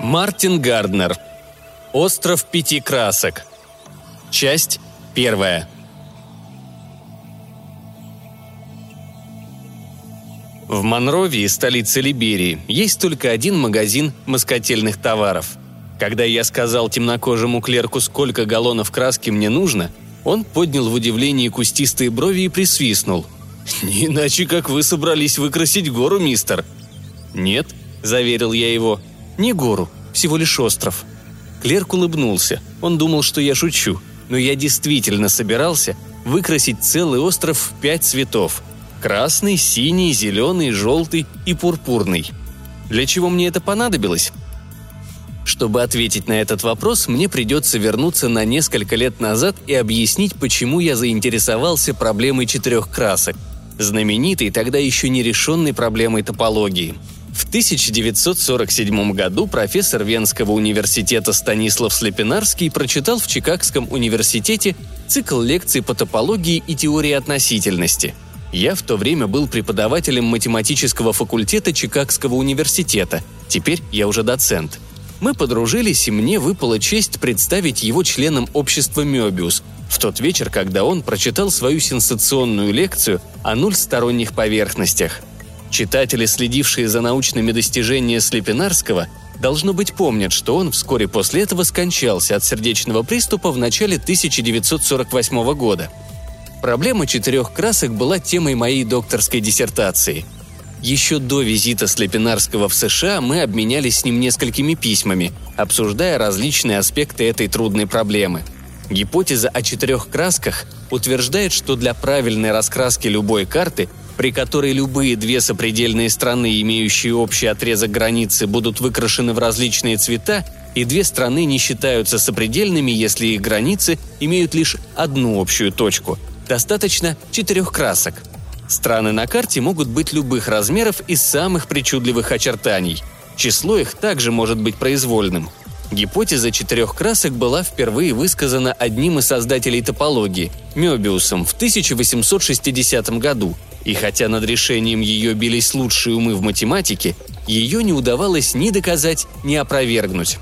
Мартин Гарднер. Остров пяти красок. Часть 1. В Монровии, столице Либерии, есть только один магазин москательных товаров. Когда я сказал темнокожему клерку, сколько галлонов краски мне нужно, он поднял в удивлении кустистые брови и присвистнул. «Не иначе, как вы собрались выкрасить гору, мистер». «Нет», — заверил я его, — «не гору, всего лишь остров». Клерк улыбнулся. Он думал, что я шучу, но я действительно собирался выкрасить целый остров в 5 цветов – красный, синий, зеленый, желтый и пурпурный. Для чего мне это понадобилось? Чтобы ответить на этот вопрос, мне придется вернуться на несколько лет назад и объяснить, почему я заинтересовался проблемой 4 красок, знаменитой, тогда еще нерешенной проблемой топологии. В 1947 году профессор Венского университета Станислав Слепинарский прочитал в Чикагском университете цикл лекций по топологии и теории относительности. Я в то время был преподавателем математического факультета Чикагского университета, теперь я уже доцент. Мы подружились, и мне выпала честь представить его членам общества Мёбиус в тот вечер, когда он прочитал свою сенсационную лекцию о нульсторонних поверхностях. Читатели, следившие за научными достижениями Слепинарского, должно быть, помнят, что он вскоре после этого скончался от сердечного приступа в начале 1948 года. Проблема 4 красок была темой моей докторской диссертации. Еще до визита Слепинарского в США мы обменялись с ним несколькими письмами, обсуждая различные аспекты этой трудной проблемы. Гипотеза о 4 красках утверждает, что для правильной раскраски любой карты, при которой любые 2 сопредельные страны, имеющие общий отрезок границы, будут выкрашены в различные цвета, и 2 страны не считаются сопредельными, если их границы имеют лишь одну общую точку. Достаточно 4 красок. Страны на карте могут быть любых размеров и самых причудливых очертаний. Число их также может быть произвольным. Гипотеза 4 красок была впервые высказана одним из создателей топологии – Мёбиусом в 1860 году, и хотя над решением ее бились лучшие умы в математике, ее не удавалось ни доказать, ни опровергнуть.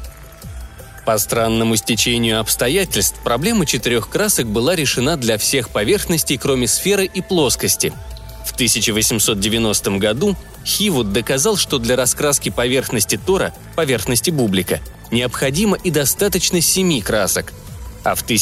По странному стечению обстоятельств проблема 4 красок была решена для всех поверхностей, кроме сферы и плоскости. В 1890 году Хивуд доказал, что для раскраски поверхности тора, поверхности бублика, необходимо и достаточно 7 красок. А в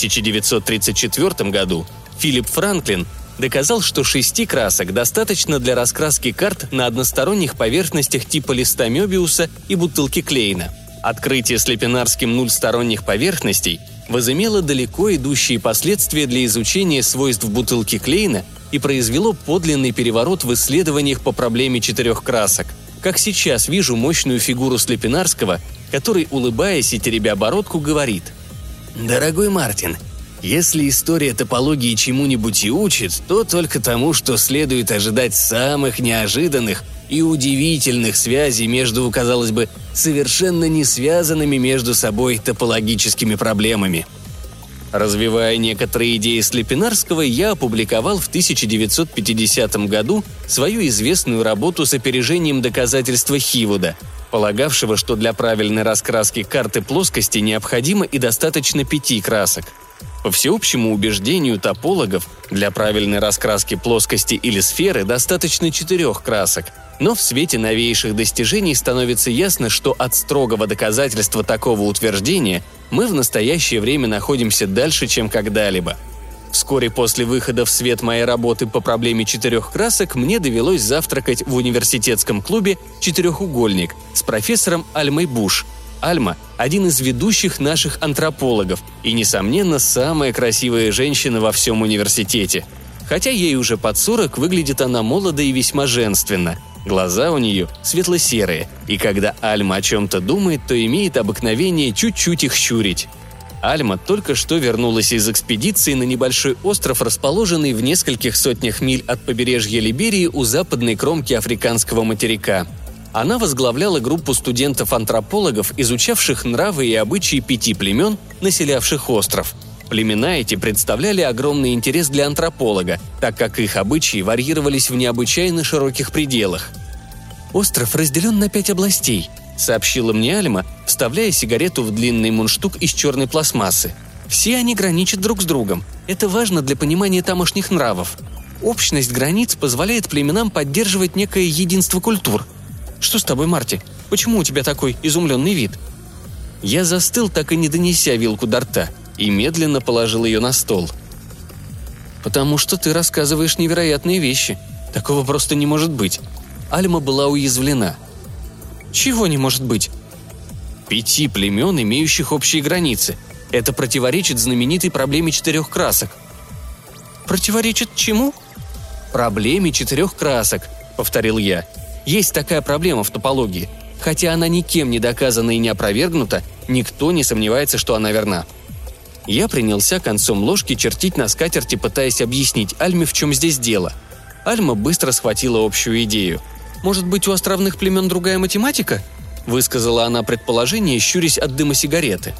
1934 году Филипп Франклин доказал, что 6 красок достаточно для раскраски карт на односторонних поверхностях типа листа Мёбиуса и бутылки Клейна. Открытие Слепинарским нульсторонних поверхностей возымело далеко идущие последствия для изучения свойств бутылки Клейна и произвело подлинный переворот в исследованиях по проблеме 4 красок. Как сейчас вижу мощную фигуру Слепинарского, который, улыбаясь и теребя бородку, говорит: «Дорогой Мартин, если история топологии чему-нибудь и учит, то только тому, что следует ожидать самых неожиданных и удивительных связей между, казалось бы, совершенно не связанными между собой топологическими проблемами». Развивая некоторые идеи Слепинарского, я опубликовал в 1950 году свою известную работу с опережением доказательства Хивуда, полагавшего, что для правильной раскраски карты плоскости необходимо и достаточно 5 красок. По всеобщему убеждению топологов, для правильной раскраски плоскости или сферы достаточно 4 красок, но в свете новейших достижений становится ясно, что от строгого доказательства такого утверждения мы в настоящее время находимся дальше, чем когда-либо. Вскоре после выхода в свет моей работы по проблеме 4 красок мне довелось завтракать в университетском клубе «Четырехугольник» с профессором Альмой Буш. Альма – один из ведущих наших антропологов и, несомненно, самая красивая женщина во всем университете. Хотя ей уже под 40, выглядит она молодо и весьма женственно. Глаза у нее светло-серые, и когда Альма о чем-то думает, то имеет обыкновение чуть-чуть их щурить. Альма только что вернулась из экспедиции на небольшой остров, расположенный в нескольких сотнях миль от побережья Либерии у западной кромки африканского материка. Она возглавляла группу студентов-антропологов, изучавших нравы и обычаи 5 племен, населявших остров. Племена эти представляли огромный интерес для антрополога, так как их обычаи варьировались в необычайно широких пределах. «Остров разделен на 5 областей», — сообщила мне Альма, вставляя сигарету в длинный мундштук из черной пластмассы. «Все они граничат друг с другом. Это важно для понимания тамошних нравов. Общность границ позволяет племенам поддерживать некое единство культур. Что с тобой, Марти? Почему у тебя такой изумленный вид?» Я застыл, так и не донеся вилку до рта, и медленно положил ее на стол. «Потому что ты рассказываешь невероятные вещи. Такого просто не может быть». Альма была уязвлена. «Чего не может быть?» 5 племен, имеющих общие границы. Это противоречит знаменитой проблеме 4 красок. «Противоречит чему?» «Проблеме 4 красок», — повторил я. «Есть такая проблема в топологии. Хотя она никем не доказана и не опровергнута, никто не сомневается, что она верна». Я принялся концом ложки чертить на скатерти, пытаясь объяснить Альме, в чем здесь дело. Альма быстро схватила общую идею. «Может быть, у островных племен другая математика?» – высказала она предположение, щурясь от дыма сигареты.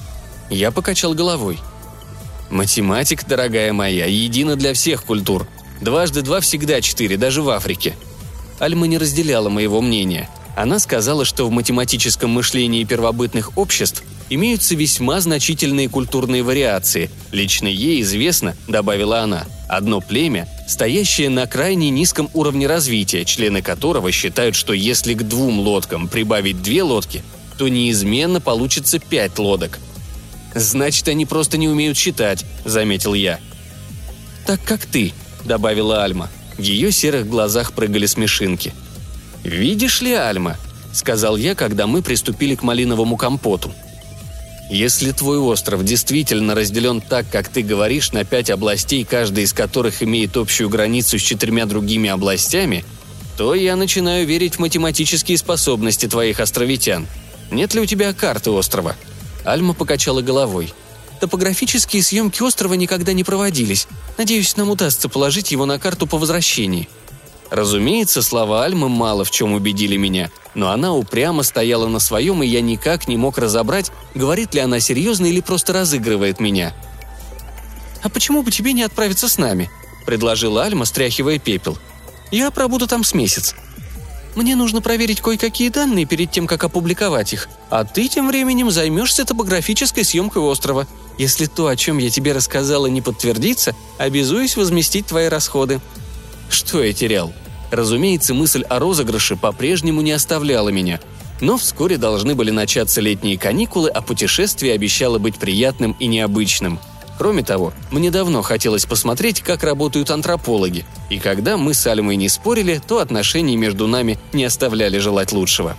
Я покачал головой. «Математика, дорогая моя, едина для всех культур. 2 × 2 всегда 4, даже в Африке». Альма не разделяла моего мнения. Она сказала, что в математическом мышлении первобытных обществ имеются весьма значительные культурные вариации. Лично ей известно, добавила она, одно племя, стоящее на крайне низком уровне развития, члены которого считают, что если к 2 лодкам прибавить 2 лодки, то неизменно получится 5 лодок. «Значит, они просто не умеют считать», — заметил я. «Так как ты», — добавила Альма. В ее серых глазах прыгали смешинки. «Видишь ли, Альма», — сказал я, когда мы приступили к малиновому компоту. «Если твой остров действительно разделен так, как ты говоришь, на 5 областей, каждая из которых имеет общую границу с 4 другими областями, то я начинаю верить в математические способности твоих островитян. Нет ли у тебя карты острова?» Альма покачала головой. «Топографические съемки острова никогда не проводились. Надеюсь, нам удастся положить его на карту по возвращении». Разумеется, слова Альмы мало в чем убедили меня, но она упрямо стояла на своем, и я никак не мог разобрать, говорит ли она серьезно или просто разыгрывает меня. «А почему бы тебе не отправиться с нами?» – предложила Альма, стряхивая пепел. «Я пробуду там с месяц. Мне нужно проверить кое-какие данные перед тем, как опубликовать их, а ты тем временем займешься топографической съемкой острова. Если то, о чем я тебе рассказала, не подтвердится, обязуюсь возместить твои расходы». Что я терял? Разумеется, мысль о розыгрыше по-прежнему не оставляла меня. Но вскоре должны были начаться летние каникулы, а путешествие обещало быть приятным и необычным. Кроме того, мне давно хотелось посмотреть, как работают антропологи, и когда мы с Альмой не спорили, то отношения между нами не оставляли желать лучшего.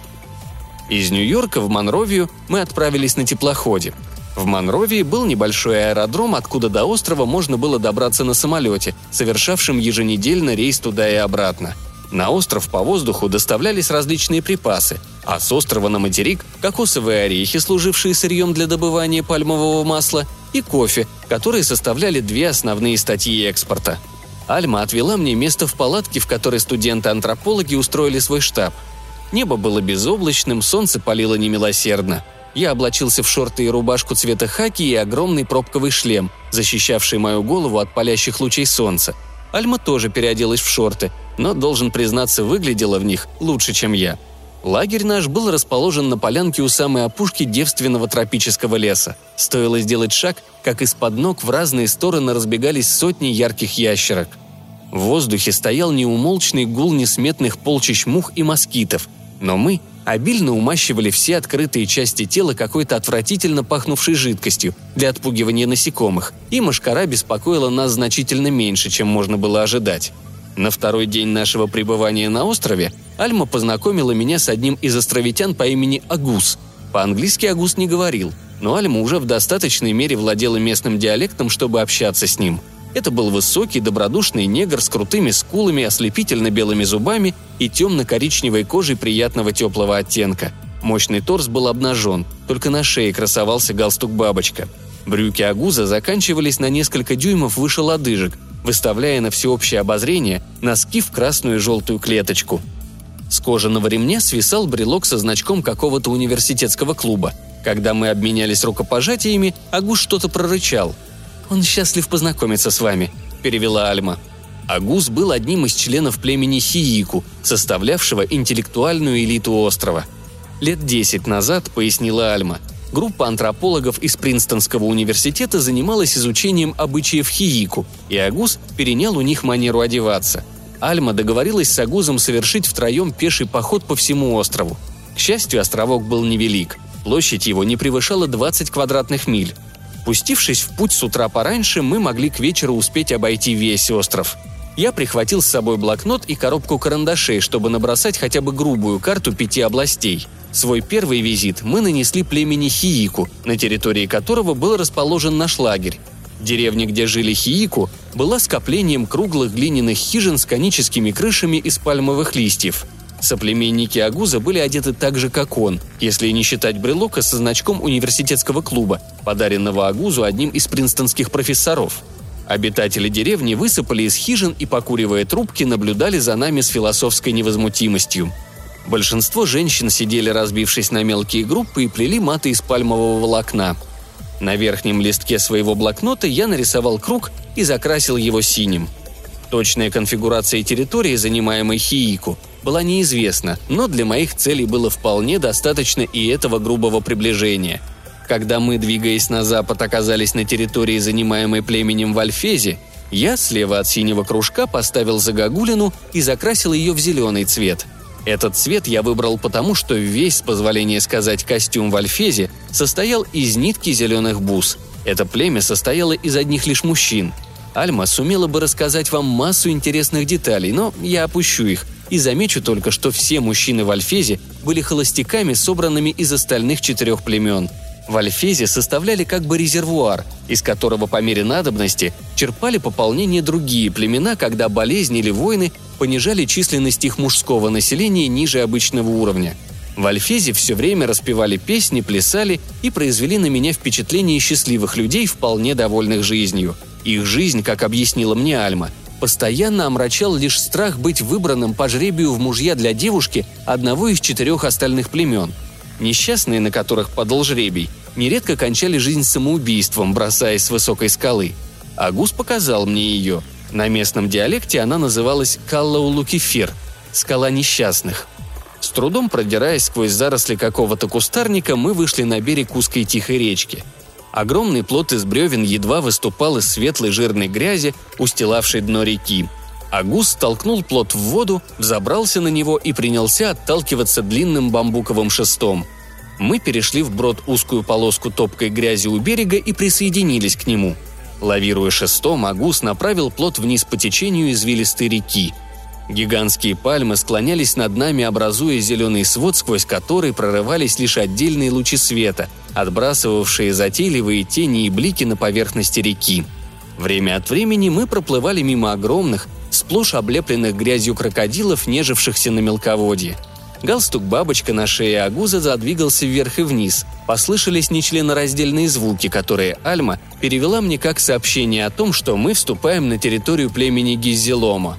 Из Нью-Йорка в Монровию мы отправились на теплоходе. В Монровии был небольшой аэродром, откуда до острова можно было добраться на самолете, совершавшем еженедельно рейс туда и обратно. На остров по воздуху доставлялись различные припасы, а с острова на материк – кокосовые орехи, служившие сырьем для добывания пальмового масла, и кофе, которые составляли 2 основные статьи экспорта. Альма отвела мне место в палатке, в которой студенты-антропологи устроили свой штаб. Небо было безоблачным, солнце палило немилосердно. Я облачился в шорты и рубашку цвета хаки и огромный пробковый шлем, защищавший мою голову от палящих лучей солнца. Альма тоже переоделась в шорты, но, должен признаться, выглядела в них лучше, чем я. Лагерь наш был расположен на полянке у самой опушки девственного тропического леса. Стоило сделать шаг, как из-под ног в разные стороны разбегались сотни ярких ящерок. В воздухе стоял неумолчный гул несметных полчищ мух и москитов, но мы обильно умащивали все открытые части тела какой-то отвратительно пахнувшей жидкостью для отпугивания насекомых, и мошкара беспокоила нас значительно меньше, чем можно было ожидать. На 2-й день нашего пребывания на острове Альма познакомила меня с одним из островитян по имени Агус. По-английски Агус не говорил, но Альма уже в достаточной мере владела местным диалектом, чтобы общаться с ним. Это был высокий, добродушный негр с крутыми скулами, ослепительно белыми зубами и темно-коричневой кожей приятного теплого оттенка. Мощный торс был обнажен, только на шее красовался галстук-бабочка. Брюки Агуза заканчивались на несколько дюймов выше лодыжек, выставляя на всеобщее обозрение носки в красную и желтую клеточку. С кожаного ремня свисал брелок со значком какого-то университетского клуба. Когда мы обменялись рукопожатиями, Агус что-то прорычал. «Он счастлив познакомиться с вами», – перевела Альма. Агус был одним из членов племени Хиику, составлявшего интеллектуальную элиту острова. лет 10 назад, пояснила Альма, группа антропологов из Принстонского университета занималась изучением обычаев хиику, и Агуз перенял у них манеру одеваться. Альма договорилась с Агузом совершить втроем пеший поход по всему острову. К счастью, островок был невелик. Площадь его не превышала 20 квадратных миль. Пустившись в путь с утра пораньше, мы могли к вечеру успеть обойти весь остров. Я прихватил с собой блокнот и коробку карандашей, чтобы набросать хотя бы грубую карту 5 областей. Свой первый визит мы нанесли племени Хиику, на территории которого был расположен наш лагерь. Деревня, где жили Хиику, была скоплением круглых глиняных хижин с коническими крышами из пальмовых листьев. Соплеменники Агуза были одеты так же, как он, если не считать брелока со значком университетского клуба, подаренного Агузу одним из принстонских профессоров. Обитатели деревни высыпали из хижин и, покуривая трубки, наблюдали за нами с философской невозмутимостью. Большинство женщин сидели, разбившись на мелкие группы, и плели маты из пальмового волокна. На верхнем листке своего блокнота я нарисовал круг и закрасил его синим. Точная конфигурация территории, занимаемой Хиику, была неизвестна, но для моих целей было вполне достаточно и этого грубого приближения. Когда мы, двигаясь на запад, оказались на территории, занимаемой племенем Вальфези, я слева от синего кружка поставил загогулину и закрасил ее в зеленый цвет. Этот цвет я выбрал потому, что весь, с позволения сказать, костюм Вальфези состоял из нитки зеленых бус. Это племя состояло из одних лишь мужчин. Альма сумела бы рассказать вам массу интересных деталей, но я опущу их и замечу только, что все мужчины в Альфезе были холостяками, собранными из остальных 4 племен. В Альфезе составляли как бы резервуар, из которого по мере надобности черпали пополнение другие племена, когда болезни или войны понижали численность их мужского населения ниже обычного уровня. В Альфезе все время распевали песни, плясали и произвели на меня впечатление счастливых людей, вполне довольных жизнью. Их жизнь, как объяснила мне Альма, постоянно омрачал лишь страх быть выбранным по жребию в мужья для девушки одного из 4 остальных племен. Несчастные, на которых падал жребий, нередко кончали жизнь самоубийством, бросаясь с высокой скалы. Агуз показал мне ее. На местном диалекте она называлась Каллаулукифер – «скала несчастных». С трудом продираясь сквозь заросли какого-то кустарника, мы вышли на берег узкой тихой речки. Огромный плот из бревен едва выступал из светлой жирной грязи, устилавшей дно реки. Агуз столкнул плот в воду, взобрался на него и принялся отталкиваться длинным бамбуковым шестом. Мы перешли вброд узкую полоску топкой грязи у берега и присоединились к нему. Лавируя шестом, Агуз направил плот вниз по течению извилистой реки. Гигантские пальмы склонялись над нами, образуя зеленый свод, сквозь который прорывались лишь отдельные лучи света, отбрасывавшие затейливые тени и блики на поверхности реки. Время от времени мы проплывали мимо огромных, сплошь облепленных грязью крокодилов, нежившихся на мелководье. Галстук-бабочка на шее Агуза задвигался вверх и вниз. Послышались нечленораздельные звуки, которые Альма перевела мне как сообщение о том, что мы вступаем на территорию племени Гиззелома.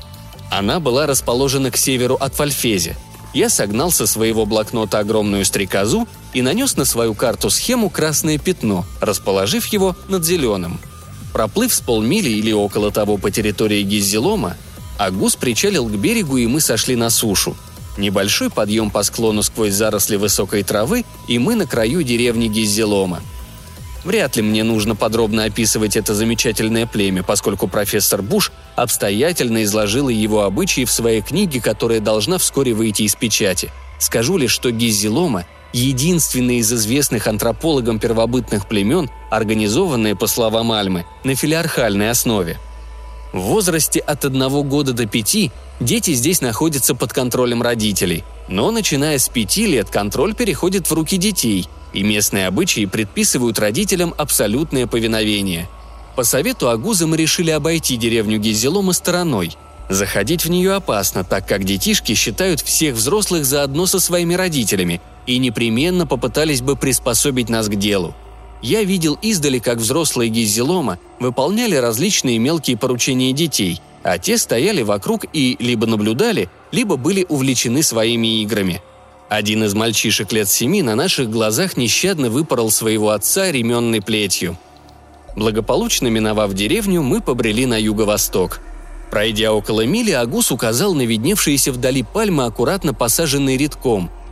Она была расположена к северу от Вальфези. Я согнал со своего блокнота огромную стрекозу и нанес на свою карту схему красное пятно, расположив его над зеленым. Проплыв с полмили или около того по территории Гиззелома, Агуз причалил к берегу, и мы сошли на сушу. Небольшой подъем по склону сквозь заросли высокой травы, и мы на краю деревни Гиззелома. Вряд ли мне нужно подробно описывать это замечательное племя, поскольку профессор Буш обстоятельно изложила его обычаи в своей книге, которая должна вскоре выйти из печати. Скажу лишь, что Гиззелома – единственное из известных антропологам первобытных племен, организованное, по словам Альмы, на филиархальной основе. В возрасте от 1 года до 5 дети здесь находятся под контролем родителей, но начиная с 5 лет контроль переходит в руки детей, и местные обычаи предписывают родителям абсолютное повиновение. По совету Агуза мы решили обойти деревню Гиззелома стороной. Заходить в нее опасно, так как детишки считают всех взрослых заодно со своими родителями и непременно попытались бы приспособить нас к делу. Я видел издали, как взрослые Гиззелома выполняли различные мелкие поручения детей, а те стояли вокруг и либо наблюдали, либо были увлечены своими играми. Один из мальчишек лет 7 на наших глазах нещадно выпорол своего отца ременной плетью. Благополучно миновав деревню, мы побрели на юго-восток. Пройдя около мили, Агуз указал на видневшиеся вдали пальмы, аккуратно посаженные рядком,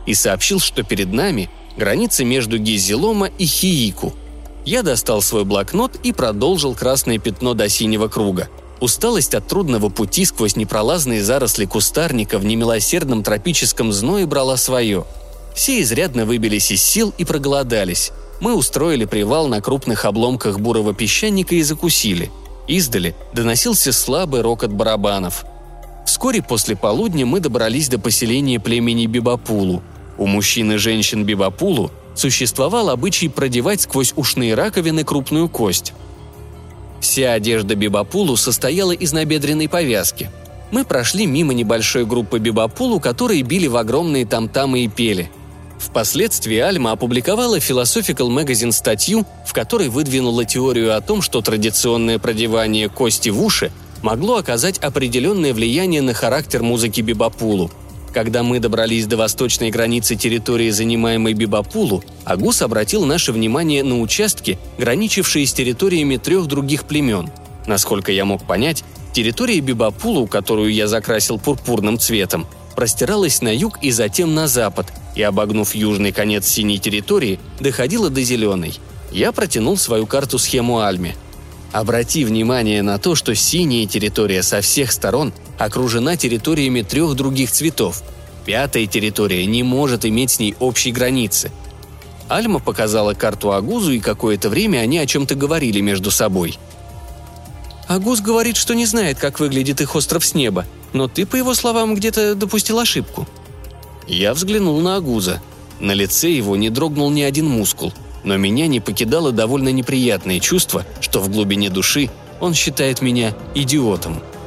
и сообщил, что перед нами граница между Гизелома и Хиику. Я достал свой блокнот и продолжил красное пятно до синего круга. Усталость от трудного пути сквозь непролазные заросли кустарника в немилосердном тропическом зное брала свое. Все изрядно выбились из сил и проголодались. Мы устроили привал на крупных обломках бурого песчаника и закусили. Издали доносился слабый рокот барабанов. Вскоре после полудня мы добрались до поселения племени Бибапулу. У мужчин и женщин Бибапулу существовал обычай продевать сквозь ушные раковины крупную кость. Вся одежда Бибапулу состояла из набедренной повязки. Мы прошли мимо небольшой группы Бибапулу, которые били в огромные там-тамы и пели. Впоследствии Альма опубликовала в Philosophical Magazine статью, в которой выдвинула теорию о том, что традиционное продевание кости в уши могло оказать определенное влияние на характер музыки Бибапулу. Когда мы добрались до восточной границы территории, занимаемой Бибапулу, Агус обратил наше внимание на участки, граничившие с территориями 3 других племен. Насколько я мог понять, территория Бибапулу, которую я закрасил пурпурным цветом, простиралась на юг и затем на запад, и, обогнув южный конец синей территории, доходила до зеленой. Я протянул свою карту-схему Альме. Обрати внимание на то, что синяя территория со всех сторон окружена территориями 3 других цветов. 5-я территория не может иметь с ней общей границы. Альма показала карту Агузу, и какое-то время они о чем-то говорили между собой. «Агуз говорит, что не знает, как выглядит их остров с неба, но ты, по его словам, где-то допустил ошибку». Я взглянул на Агуза. На лице его не дрогнул ни один мускул, но меня не покидало довольно неприятное чувство, что в глубине души он считает меня идиотом.